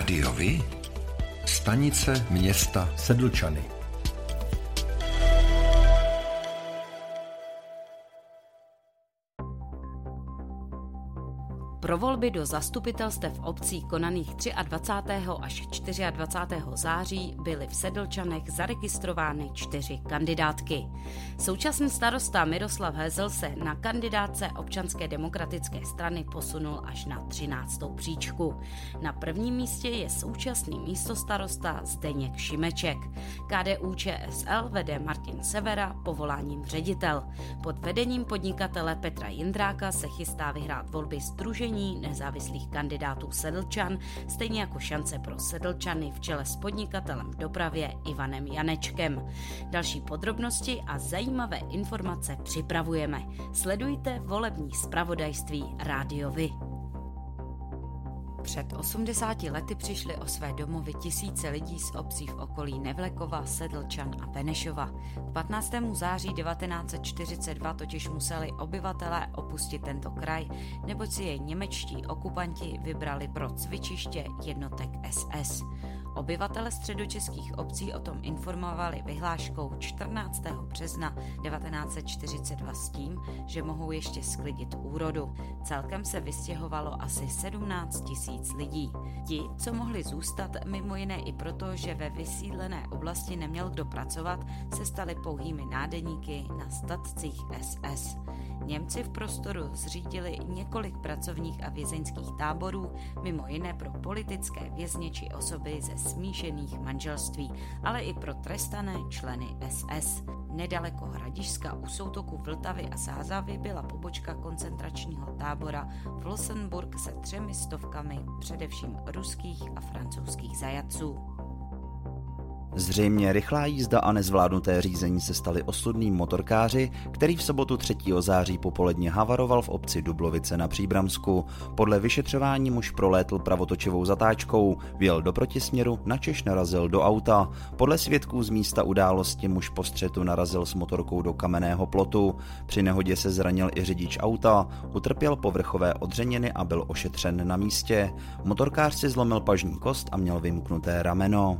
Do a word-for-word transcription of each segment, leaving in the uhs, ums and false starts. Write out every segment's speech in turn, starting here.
Rádiovi? Stanice města Sedlčany. Pro volby do zastupitelstev obcí konaných dvacátého třetího až dvacátého čtvrtého září byly v Sedlčanech zaregistrovány čtyři kandidátky. Současný starosta Miroslav Hezel se na kandidátce Občanské demokratické strany posunul až na třináctou příčku. Na prvním místě je současný místostarosta Zdeněk Šimeček. K D U Č S L vede Martin Severa, povoláním ředitel. Pod vedením podnikatele Petra Jindráka se chystá vyhrát volby sdružení nezávislých kandidátů Sedlčan, stejně jako šance pro Sedlčany v čele s podnikatelem v dopravě Ivanem Janečkem. Další podrobnosti a zajímavé informace připravujeme. Sledujte volební zpravodajství Rádiovi. Před osmdesáti lety přišli o své domovy tisíce lidí z obcí v okolí Nevlekova, Sedlčan a Benešova. K patnáctému září devatenáct set čtyřicet dva totiž museli obyvatelé opustit tento kraj, neboť si jej němečtí okupanti vybrali pro cvičiště jednotek S S. Obyvatele středočeských obcí o tom informovali vyhláškou čtrnáctého března devatenáct set čtyřicet dva s tím, že mohou ještě sklidit úrodu. Celkem se vystěhovalo asi sedmnáct tisíc lidí. Ti, co mohli zůstat, mimo jiné i proto, že ve vysídlené oblasti neměl kdo pracovat, se stali pouhými nádeníky na statcích S S. Němci v prostoru zřídili několik pracovních a vězeňských táborů, mimo jiné pro politické vězně či osoby ze smíšených manželství, ale i pro trestané členy S S. Nedaleko Hradišťska u soutoku Vltavy a Sázavy byla pobočka koncentračního tábora Flossenburg se třemi stovkami především ruských a francouzských zajatců. Zřejmě rychlá jízda a nezvládnuté řízení se staly osudným motorkáři, který v sobotu třetího září popoledně havaroval v obci Dublovice na Příbramsku. Podle vyšetřování muž prolétl pravotočivou zatáčkou, vjel do protisměru, načež narazil do auta. Podle svědků z místa události muž po střetu narazil s motorkou do kamenného plotu. Při nehodě se zranil i řidič auta, utrpěl povrchové odřeniny a byl ošetřen na místě. Motorkář si zlomil pažní kost a měl vymknuté rameno.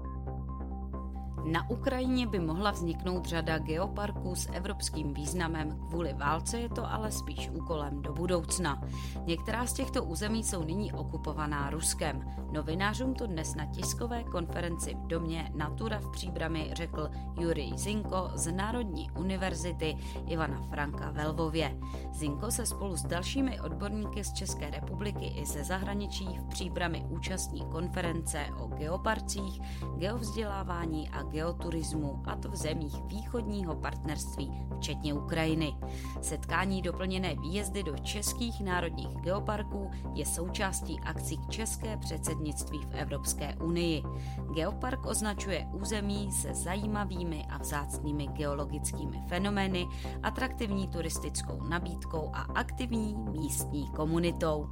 Na Ukrajině by mohla vzniknout řada geoparků s evropským významem, kvůli válce je to ale spíš úkolem do budoucna. Některá z těchto území jsou nyní okupovaná Ruskem. Novinářům to dnes na tiskové konferenci v domě Natura v Příbrami řekl Jurij Zinko z Národní univerzity Ivana Franka ve Lvově. Zinko se spolu s dalšími odborníky z České republiky i ze zahraničí v Příbrami účastní konference o geoparcích, geovzdělávání a geoturismu, a to v zemích východního partnerství, včetně Ukrajiny. Setkání doplněné výjezdy do českých národních geoparků je součástí akcí České předsednictví v Evropské unii. Geopark označuje území se zajímavými a vzácnými geologickými fenomény, atraktivní turistickou nabídkou a aktivní místní komunitou.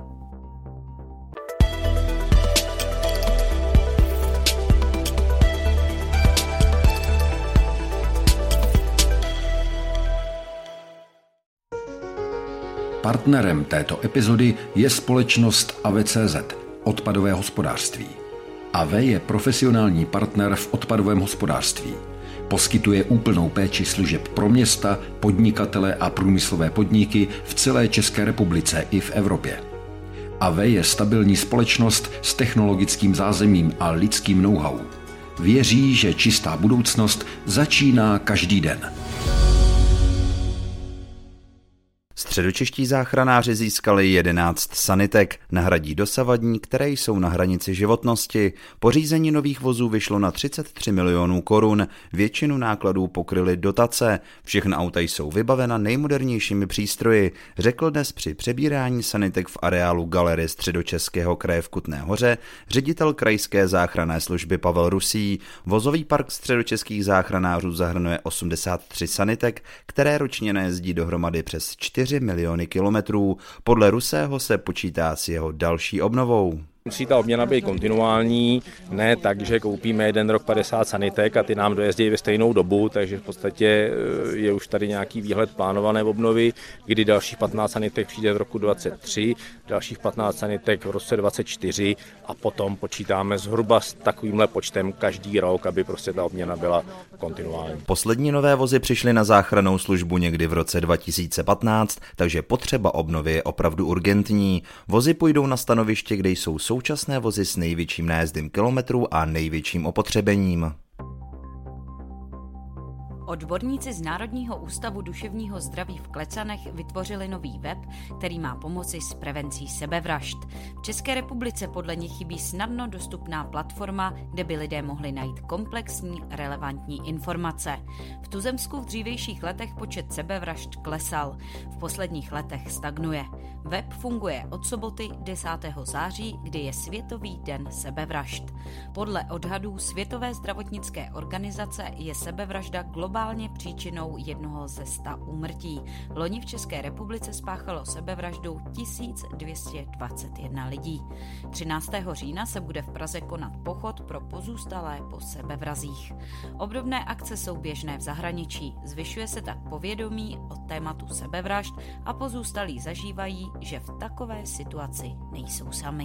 Partnerem této epizody je společnost A V C Z, odpadové hospodářství. A V je profesionální partner v odpadovém hospodářství. Poskytuje úplnou péči služeb pro města, podnikatele a průmyslové podniky v celé České republice i v Evropě. A V je stabilní společnost s technologickým zázemím a lidským know-how. Věří, že čistá budoucnost začíná každý den. Středočeští záchranáři získali jedenáct sanitek, nahradí dosavadní, které jsou na hranici životnosti. Pořízení nových vozů vyšlo na třicet tři milionů korun, většinu nákladů pokryly dotace. Všechna auta jsou vybavena nejmodernějšími přístroji, řekl dnes při přebírání sanitek v areálu Galerie Středočeského kraje v Kutné Hoře ředitel krajské záchranné služby Pavel Rusý. Vozový park středočeských záchranářů zahrnuje osmdesát tři sanitek, které ročně najezdí dohromady přes čtyři miliony kilometrů. Podle Rusého se počítá s jeho další obnovou. Musí ta obměna být kontinuální, ne tak, že koupíme jeden rok padesát sanitek a ty nám dojezdí ve stejnou dobu, takže v podstatě je už tady nějaký výhled plánované obnovy, kdy dalších patnáct sanitek přijde v roku dvacet tři, dalších patnáct sanitek v roce dvacet čtyři a potom počítáme zhruba s takovýmhle počtem každý rok, aby prostě ta obměna byla kontinuální. Poslední nové vozy přišly na záchrannou službu někdy v roce dva tisíce patnáct, takže potřeba obnovy je opravdu urgentní. Vozy půjdou na stanoviště, kde jsou současné vozy s největším nájezdem kilometrů a největším opotřebením. Odborníci z Národního ústavu duševního zdraví v Klecanech vytvořili nový web, který má pomoci s prevencí sebevražd. V České republice podle nich chybí snadno dostupná platforma, kde by lidé mohli najít komplexní, relevantní informace. V tuzemsku v dřívějších letech počet sebevražd klesal, v posledních letech stagnuje. Web funguje od soboty desátého září, kdy je Světový den sebevražd. Podle odhadů Světové zdravotnické organizace je sebevražda globálně příčinou jednoho ze sta úmrtí. Loni v České republice spáchalo sebevraždu tisíc dvě stě dvacet jedna lidí. třináctého října se bude v Praze konat pochod pro pozůstalé po sebevrazích. Obdobné akce jsou běžné v zahraničí. Zvyšuje se tak povědomí o tématu sebevražd a pozůstalí zažívají, že v takové situaci nejsou sami.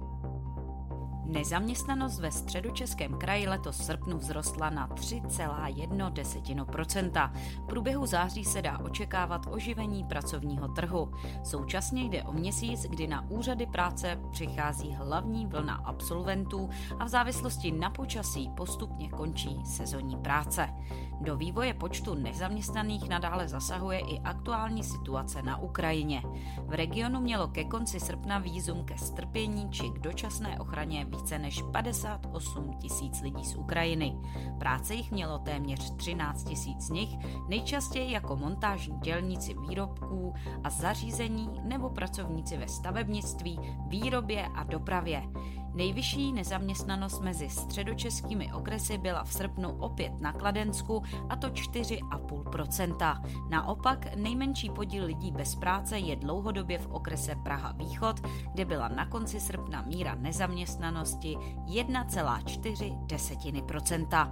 Nezaměstnanost ve Středočeském kraji letos v srpnu vzrostla na tři celá jedna procenta. V průběhu září se dá očekávat oživení pracovního trhu. Současně jde o měsíc, kdy na úřady práce přichází hlavní vlna absolventů a v závislosti na počasí postupně končí sezonní práce. Do vývoje počtu nezaměstnaných nadále zasahuje i aktuální situace na Ukrajině. V regionu mělo ke konci srpna vízum ke strpění či k dočasné ochraně více než padesát osm tisíc lidí z Ukrajiny. Práce jich mělo téměř třináct tisíc z nich, nejčastěji jako montážní dělníci výrobků a zařízení nebo pracovníci ve stavebnictví, výrobě a dopravě. Nejvyšší nezaměstnanost mezi středočeskými okresy byla v srpnu opět na Kladensku, a to čtyři celá pět procenta. Naopak nejmenší podíl lidí bez práce je dlouhodobě v okrese Praha Východ, kde byla na konci srpna míra nezaměstnanosti jedna celá čtyři procenta.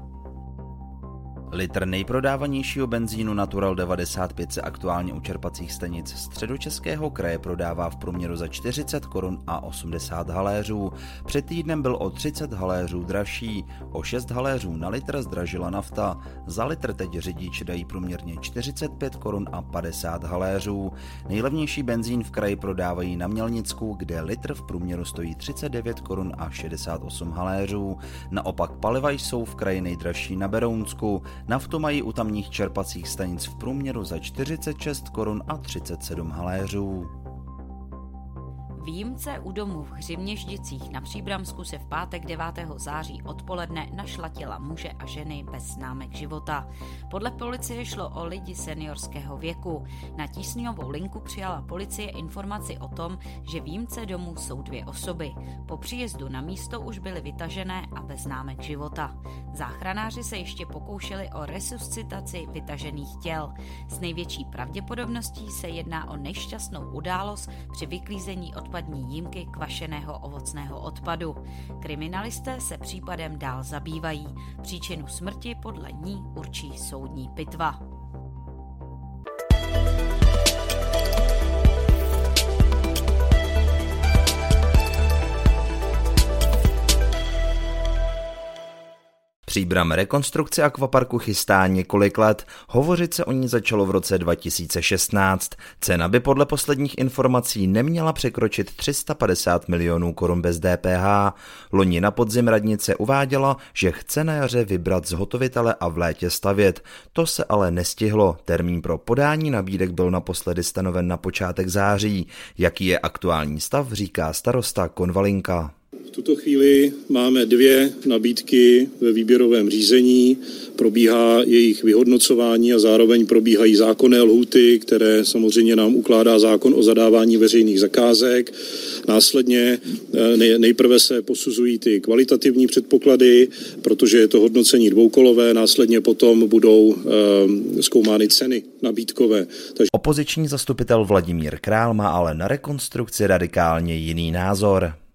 Litr nejprodávanějšího benzínu Natural devadesát pět se aktuálně u čerpacích stanic Středočeského kraje prodává v průměru za čtyřicet korun a osmdesát haléřů. Před týdnem byl o třicet haléřů dražší, o šest haléřů na litr zdražila nafta. Za litr teď řidiči dají průměrně čtyřicet pět korun a padesát haléřů. Nejlevnější benzín v kraji prodávají na Mělnicku, kde litr v průměru stojí třicet devět korun a šedesát osm haléřů. Naopak paliva jsou v kraji nejdražší na Berounsku. Naftu mají u tamních čerpacích stanic v průměru za čtyřicet šest korun a třicet sedm haléřů. Výjimce u domu v Hřivněždicích na Příbramsku se v pátek devátého září odpoledne našla těla muže a ženy bez známek života. Podle policie šlo o lidi seniorského věku. Na tísňovou linku přijala policie informaci o tom, že výjimce domu jsou dvě osoby. Po příjezdu na místo už byly vytažené a bez známek života. Záchranáři se ještě pokoušeli o resuscitaci vytažených těl. S největší pravděpodobností se jedná o nešťastnou událost při vyklízení odpadní jímky kvašeného ovocného odpadu. Kriminalisté se případem dál zabývají. Příčinu smrti podle ní určí soudní pitva. Příbram rekonstrukce akvaparku chystá několik let, hovořit se o ní začalo v roce dva tisíce šestnáct. Cena by podle posledních informací neměla překročit tři sta padesát milionů korun bez D P H. Loni na podzim radnice uváděla, že chce na jaře vybrat zhotovitele a v létě stavět. To se ale nestihlo. Termín pro podání nabídek byl naposledy stanoven na počátek září. Jaký je aktuální stav, říká starosta Konvalinka. V tuto chvíli máme dvě nabídky ve výběrovém řízení, probíhá jejich vyhodnocování a zároveň probíhají zákonné lhůty, které samozřejmě nám ukládá zákon o zadávání veřejných zakázek. Následně nejprve se posuzují ty kvalitativní předpoklady, protože je to hodnocení dvoukolové, následně potom budou zkoumány ceny nabídkové. Takže... Opoziční zastupitel Vladimír Král má ale na rekonstrukci radikálně jiný názor.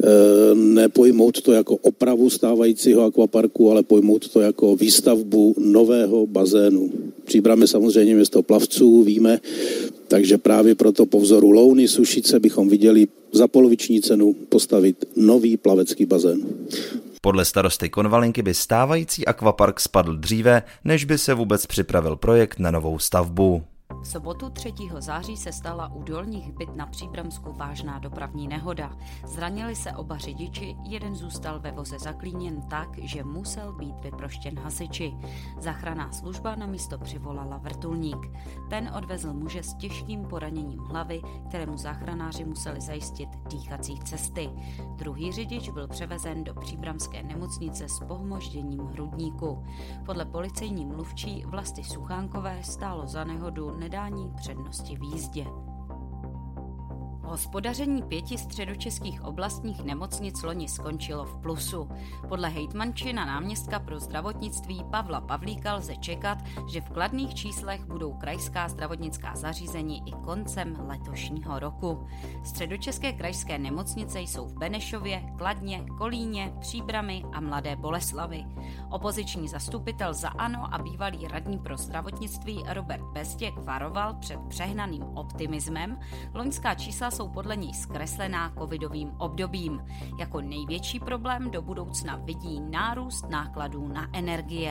nepojmout to jako opravu stávajícího akvaparku, ale pojmout to jako výstavbu nového bazénu. Příbram je samozřejmě město plavců, víme, takže právě proto po vzoru Louny, Sušice bychom viděli za poloviční cenu postavit nový plavecký bazén. Podle starosty Konvalinky by stávající akvapark spadl dříve, než by se vůbec připravil projekt na novou stavbu. V sobotu třetího září se stala u Dolních Byt na Příbramsku vážná dopravní nehoda. Zranili se oba řidiči, jeden zůstal ve voze zaklíněn tak, že musel být vyproštěn hasiči. Záchranná služba na místo přivolala vrtulník. Ten odvezl muže s těžkým poraněním hlavy, kterému záchranáři museli zajistit dýchací cesty. Druhý řidič byl převezen do příbramské nemocnice s pohmožděním hrudníku. Podle policejní mluvčí Vlasty Suchánkové stálo za nehodu nedání přednosti v jízdě. Hospodaření pěti středočeských oblastních nemocnic loni skončilo v plusu. Podle hejtmančina náměstka pro zdravotnictví Pavla Pavlíka lze čekat, že v kladných číslech budou krajská zdravotnická zařízení i koncem letošního roku. Středočeské krajské nemocnice jsou v Benešově, Kladně, Kolíně, Příbrami a Mladé Boleslavi. Opoziční zastupitel za ANO a bývalý radní pro zdravotnictví Robert Bezděk varoval před přehnaným optimismem. Loňská čísla jsou podle něj zkreslená covidovým obdobím. Jako největší problém do budoucna vidí nárůst nákladů na energie.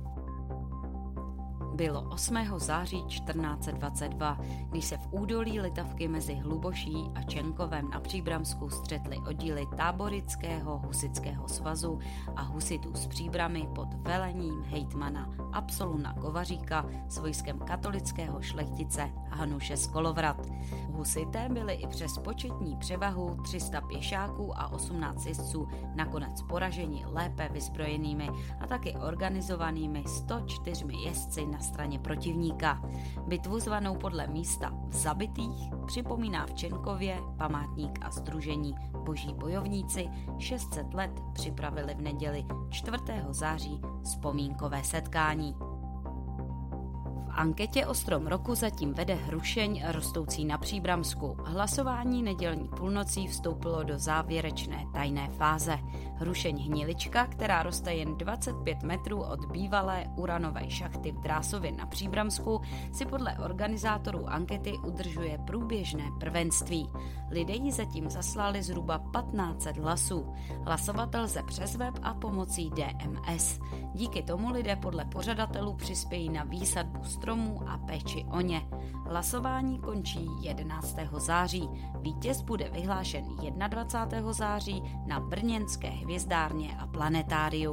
Bylo osmého září čtrnáct set dvacet dva, když se v údolí Litavky mezi Hluboší a Čenkovem na Příbramsku střetly oddíly Táborického husitského svazu a husitů z Příbramy pod velením hejtmana Absoluna Kovaříka s vojskem katolického šlechtice Hanuše z Kolovrat. Husité byli i přes početní převahu tři sta pěšáků a osmnáct jezdců nakonec poraženi lépe vyzbrojenými a taky organizovanými sto čtyřmi jezdci na straně protivníka. Bitvu zvanou podle místa v Zabitých připomíná v Čenkově památník a sdružení Boží bojovníci šest set let připravili v neděli čtvrtého září vzpomínkové setkání. V anketě o strom roku zatím vede Hrušeň rostoucí na Příbramsku. Hlasování nedělní půlnocí vstoupilo do závěrečné tajné fáze. Hrušeň Hnilička, která roste jen dvacet pět metrů od bývalé uranové šachty v Drásově na Příbramsku, si podle organizátorů ankety udržuje průběžné prvenství. Lidé ji zatím zaslali zhruba patnáct set hlasů. Hlasovat lze přes web a pomocí D M S. Díky tomu lidé podle pořadatelů přispějí na výsadbu stromů a péči o ně. Hlasování končí jedenáctého září. Vítěz bude vyhlášen dvacátého prvního září na brněnské hvězdárně a planetáriu.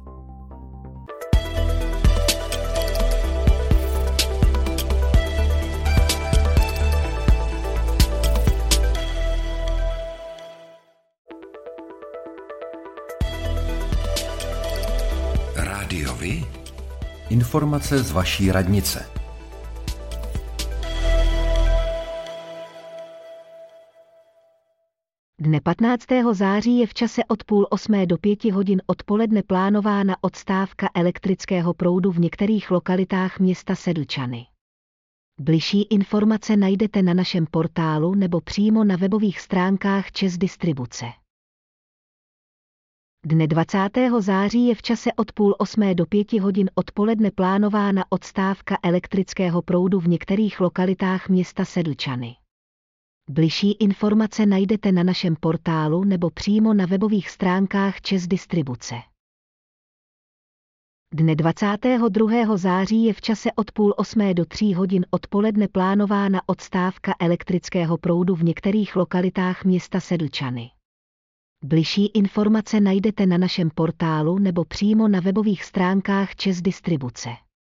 Rádiovi? Informace z vaší radnice. Dne patnáctého září je v čase od půl osmé do pěti hodin odpoledne plánována odstávka elektrického proudu v některých lokalitách města Sedlčany. Bližší informace najdete na našem portálu nebo přímo na webových stránkách ČEZ Distribuce. Dne dvacátého září je v čase od půl osmé do pěti hodin odpoledne plánována odstávka elektrického proudu v některých lokalitách města Sedlčany. Bližší informace najdete na našem portálu nebo přímo na webových stránkách ČEZ Distribuce. Dne dvacátého druhého září je v čase od půl osmé do tří hodin odpoledne plánována odstávka elektrického proudu v některých lokalitách města Sedlčany. Bližší informace najdete na našem portálu nebo přímo na webových stránkách ČEZ Distribuce.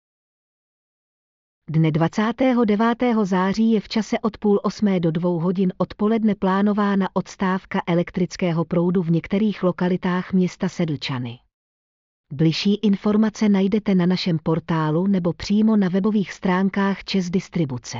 Dne dvacátého devátého září je v čase od půl osmé do dvou hodin odpoledne plánována odstávka elektrického proudu v některých lokalitách města Sedlčany. Bližší informace najdete na našem portálu nebo přímo na webových stránkách ČEZ Distribuce.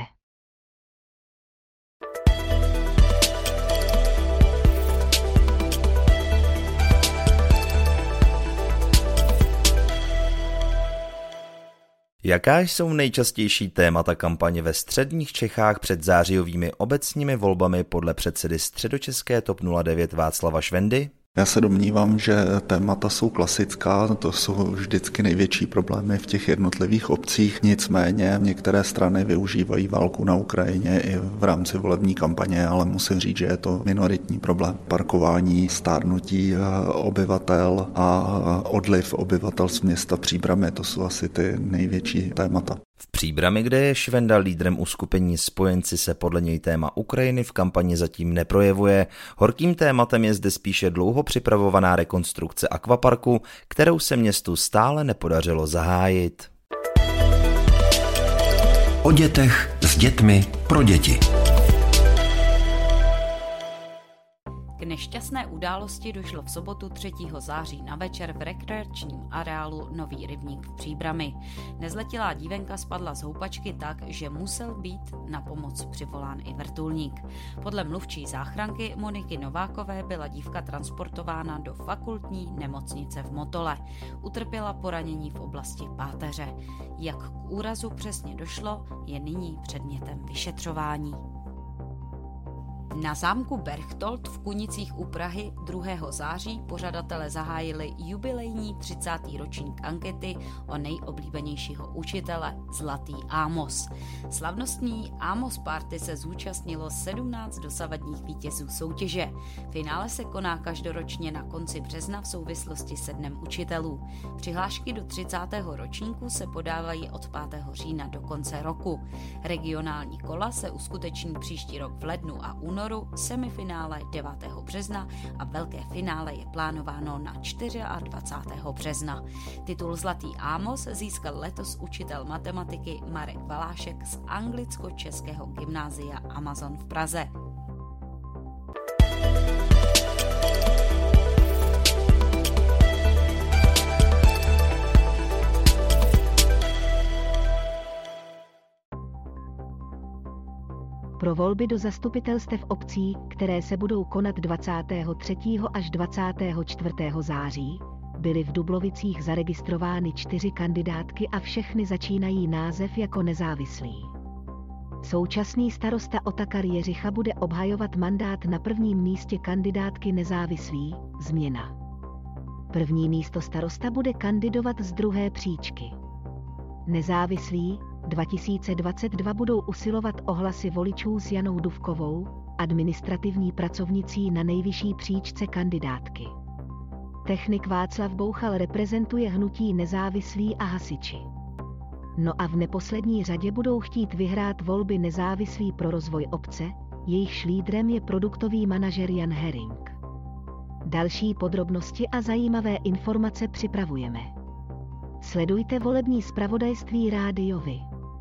Jaká jsou nejčastější témata kampaně ve středních Čechách před zářijovými obecními volbami podle předsedy středočeské TOP nula devět Václava Švendy? Já se domnívám, že témata jsou klasická, to jsou vždycky největší problémy v těch jednotlivých obcích, nicméně některé strany využívají válku na Ukrajině i v rámci volební kampaně, ale musím říct, že je to minoritní problém. Parkování, stárnutí obyvatel a odliv obyvatel z města Příbrami, to jsou asi ty největší témata. V Příbrami, kde je Švenda lídrem uskupení Spojenci, se podle něj téma Ukrajiny v kampani zatím neprojevuje. Horkým tématem je zde spíše dlouho připravovaná rekonstrukce akvaparku, kterou se městu stále nepodařilo zahájit. O dětech, s dětmi, pro děti. K nešťastné události došlo v sobotu třetího září na večer v rekreačním areálu Nový Rybník v Příbrami. Nezletilá dívenka spadla z houpačky tak, že musel být na pomoc přivolán i vrtulník. Podle mluvčí záchranky Moniky Novákové byla dívka transportována do fakultní nemocnice v Motole. Utrpěla poranění v oblasti páteře. Jak k úrazu přesně došlo, je nyní předmětem vyšetřování. Na zámku Berchtold v Kunicích u Prahy druhého září pořadatelé zahájili jubilejní třicátý ročník ankety o nejoblíbenějšího učitele Zlatý Ámos. Slavnostní Ámos Party se zúčastnilo sedmnáct dosavadních vítězů soutěže. Finále se koná každoročně na konci března v souvislosti se Dnem učitelů. Přihlášky do třicátého ročníku se podávají od pátého října do konce roku. Regionální kola se uskuteční příští rok v lednu a únoru, semifinále devátého března a velké finále je plánováno na dvacátého čtvrtého března. Titul Zlatý Ámos získal letos učitel matematiky Marek Valášek z anglicko-českého gymnázia Amazon v Praze. Pro volby do zastupitelstev obcí, které se budou konat dvacátého třetího až dvacátého čtvrtého září, byly v Dublovicích zaregistrovány čtyři kandidátky a všechny začínají název jako nezávislý. Současný starosta Otakar Jeřicha bude obhajovat mandát na prvním místě kandidátky nezávislý, Změna. První místo starosta bude kandidovat z druhé příčky. Nezávislí dva tisíce dvacet dva budou usilovat o hlasy voličů s Janou Dufkovou, administrativní pracovnicí na nejvyšší příčce kandidátky. Technik Václav Bouchal reprezentuje hnutí Nezávislí a hasiči. No a v neposlední řadě budou chtít vyhrát volby Nezávislí pro rozvoj obce, jejichž lídrem je produktový manažer Jan Herring. Další podrobnosti a zajímavé informace připravujeme. Sledujte volební zpravodajství Rádiovi.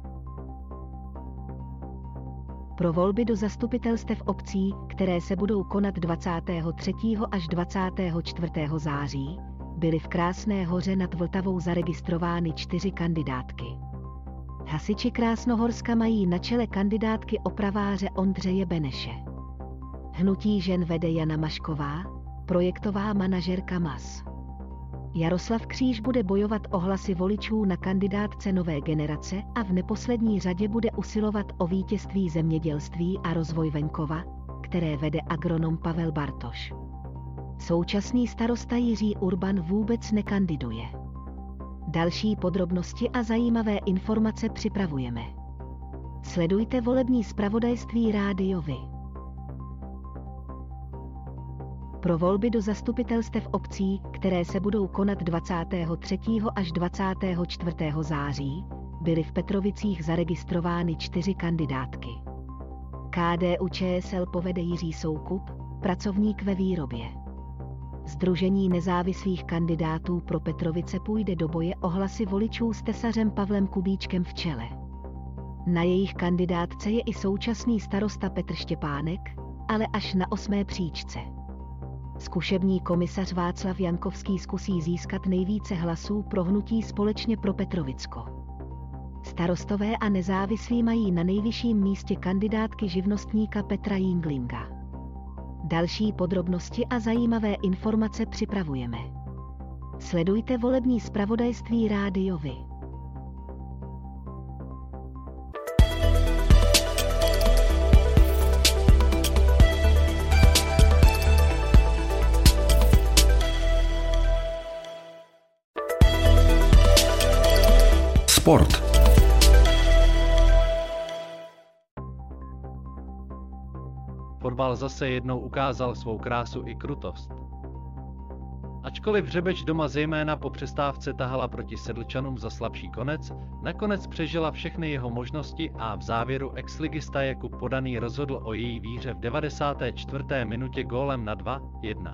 Pro volby do zastupitelstev obcí, které se budou konat dvacátého třetího až dvacátého čtvrtého září, byly v Krásné Hoře nad Vltavou zaregistrovány čtyři kandidátky. Hasiči Krásnohorska mají na čele kandidátky opraváře Ondřeje Beneše. Hnutí žen vede Jana Mašková, projektová manažerka M A S. Jaroslav Kříž bude bojovat o hlasy voličů na kandidátce Nové generace a v neposlední řadě bude usilovat o vítězství zemědělství a rozvoj venkova, které vede agronom Pavel Bartoš. Současný starosta Jiří Urban vůbec nekandiduje. Další podrobnosti a zajímavé informace připravujeme. Sledujte volební zpravodajství Rádiovi. Pro volby do zastupitelstev obcí, které se budou konat dvacátého třetího až dvacátého čtvrtého září, byly v Petrovicích zaregistrovány čtyři kandidátky. K D U Č S L povede Jiří Soukup, pracovník ve výrobě. Sdružení nezávislých kandidátů pro Petrovice půjde do boje o hlasy voličů s tesařem Pavlem Kubíčkem v čele. Na jejich kandidátce je i současný starosta Petr Štěpánek, ale až na osmé příčce. Zkušební komisař Václav Jankovský zkusí získat nejvíce hlasů pro hnutí Společně pro Petrovicko. Starostové a nezávislí mají na nejvyšším místě kandidátky živnostníka Petra Jinglinga. Další podrobnosti a zajímavé informace připravujeme. Sledujte volební zpravodajství Rádiovi. Sport. Fotbal zase jednou ukázal svou krásu i krutost. Ačkoliv Hřebeč doma zejména po přestávce tahala proti Sedlčanům za slabší konec, nakonec přežila všechny jeho možnosti a v závěru exligista Jakub Podaný rozhodl o její výhře v devadesáté čtvrté minutě gólem na dva jedna.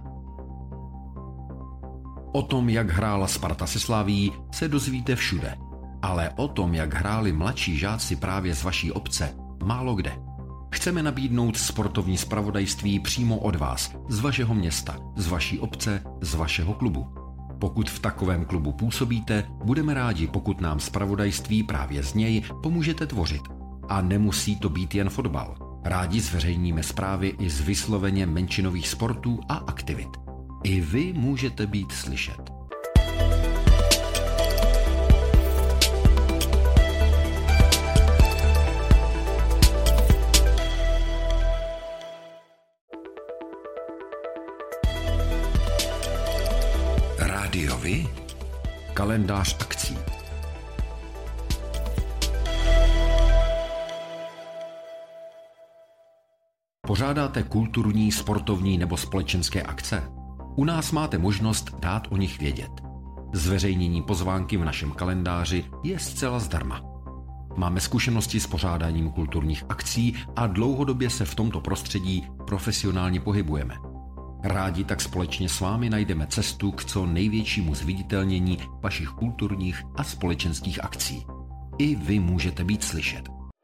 O tom, jak hrála Sparta se Slavií, se dozvíte všude. Ale o tom, jak hráli mladší žáci právě z vaší obce, málo kde. Chceme nabídnout sportovní zpravodajství přímo od vás, z vašeho města, z vaší obce, z vašeho klubu. Pokud v takovém klubu působíte, budeme rádi, pokud nám zpravodajství právě z něj pomůžete tvořit. A nemusí to být jen fotbal. Rádi zveřejníme zprávy i z vysloveně menšinových sportů a aktivit. I vy můžete být slyšet. Rádiovi? Kalendář akcí. Pořádáte kulturní, sportovní nebo společenské akce? U nás máte možnost dát o nich vědět. Zveřejnění pozvánky v našem kalendáři je zcela zdarma. Máme zkušenosti s pořádáním kulturních akcí a dlouhodobě se v tomto prostředí profesionálně pohybujeme. Rádi tak společně s vámi najdeme cestu k co největšímu zviditelnění vašich kulturních a společenských akcí. I vy můžete být slyšet.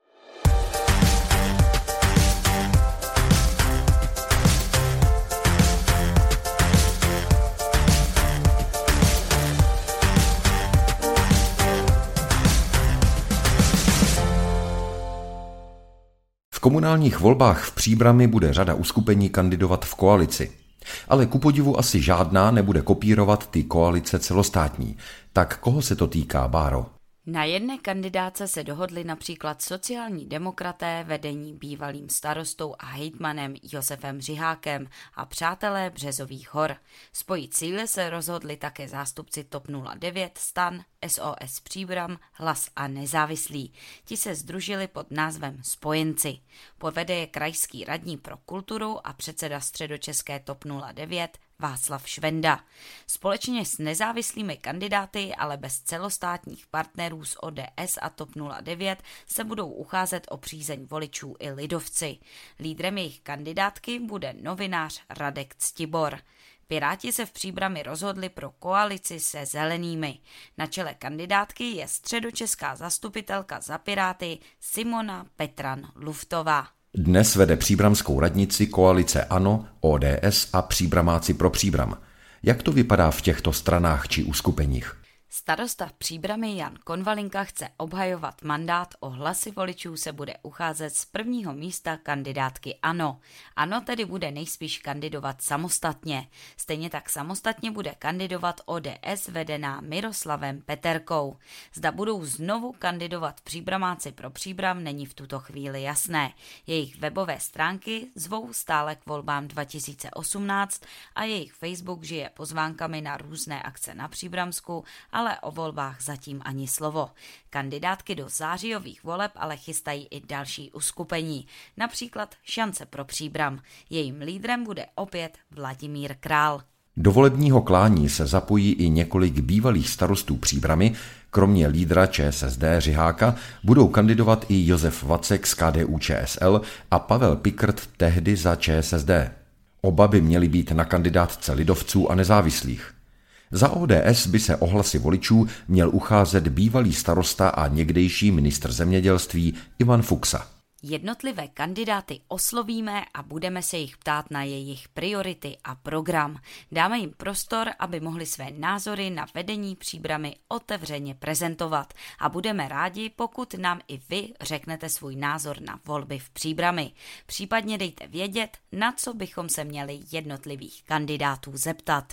V komunálních volbách v Příbrami bude řada uskupení kandidovat v koalici. Ale ku podivu asi žádná nebude kopírovat ty koalice celostátní. Tak koho se to týká, Báro? Na jedné kandidáce se dohodli například sociální demokraté vedení bývalým starostou a hejtmanem Josefem Řihákem a přátelé Březových hor. Spojit síly se rozhodli také zástupci TOP nula devět, STAN, S O S Příbram, Hlas a Nezávislí. Ti se sdružili pod názvem Spojenci. Povede je krajský radní pro kulturu a předseda středočeské TOP nula devět Václav Švenda. Společně s nezávislými kandidáty, ale bez celostátních partnerů z O D S a TOP nula devět se budou ucházet o přízeň voličů i lidovci. Lídrem jejich kandidátky bude novinář Radek Ctibor. Piráti se v Příbrami rozhodli pro koalici se zelenými. Na čele kandidátky je středočeská zastupitelka za Piráty Simona Petran-Luftová. Dnes vede příbramskou radnici koalice ANO, O D S a Příbramáci pro Příbram. Jak to vypadá v těchto stranách či uskupeních? Starosta v Příbrami Jan Konvalinka chce obhajovat mandát, o hlasy voličů se bude ucházet z prvního místa kandidátky ANO. ANO tedy bude nejspíš kandidovat samostatně. Stejně tak samostatně bude kandidovat O D S vedená Miroslavem Peterkou. Zda budou znovu kandidovat Příbramáci pro Příbram, není v tuto chvíli jasné. Jejich webové stránky zvou stále k volbám dva tisíce osmnáct a jejich Facebook žije pozvánkami na různé akce na Příbramsku, ale o volbách zatím ani slovo. Kandidátky do zářijových voleb ale chystají i další uskupení, například Šance pro Příbram. Jejím lídrem bude opět Vladimír Král. Do volebního klání se zapojí i několik bývalých starostů Příbramy, kromě lídra ČSSD Řiháka budou kandidovat i Josef Vacek z K D U Č S L a Pavel Pikrt tehdy za ČSSD. Oba by měli být na kandidátce lidovců a nezávislých. Za O D S by se o hlasy voličů měl ucházet bývalý starosta a někdejší ministr zemědělství Ivan Fuksa. Jednotlivé kandidáty oslovíme a budeme se jich ptát na jejich priority a program. Dáme jim prostor, aby mohli své názory na vedení Příbramy otevřeně prezentovat a budeme rádi, pokud nám i vy řeknete svůj názor na volby v Příbrami. Případně dejte vědět, na co bychom se měli jednotlivých kandidátů zeptat.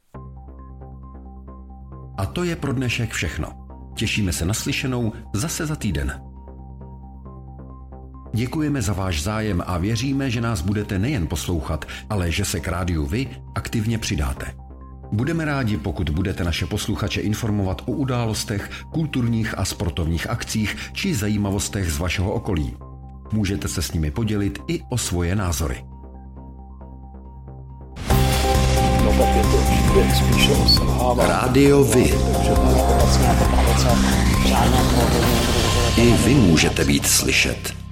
A to je pro dnešek všechno. Těšíme se na slyšenou zase za týden. Děkujeme za váš zájem a věříme, že nás budete nejen poslouchat, ale že se k rádiu vy aktivně přidáte. Budeme rádi, pokud budete naše posluchače informovat o událostech, kulturních a sportovních akcích či zajímavostech z vašeho okolí. Můžete se s nimi podělit i o svoje názory. Rádio Vy. I vy můžete být slyšet.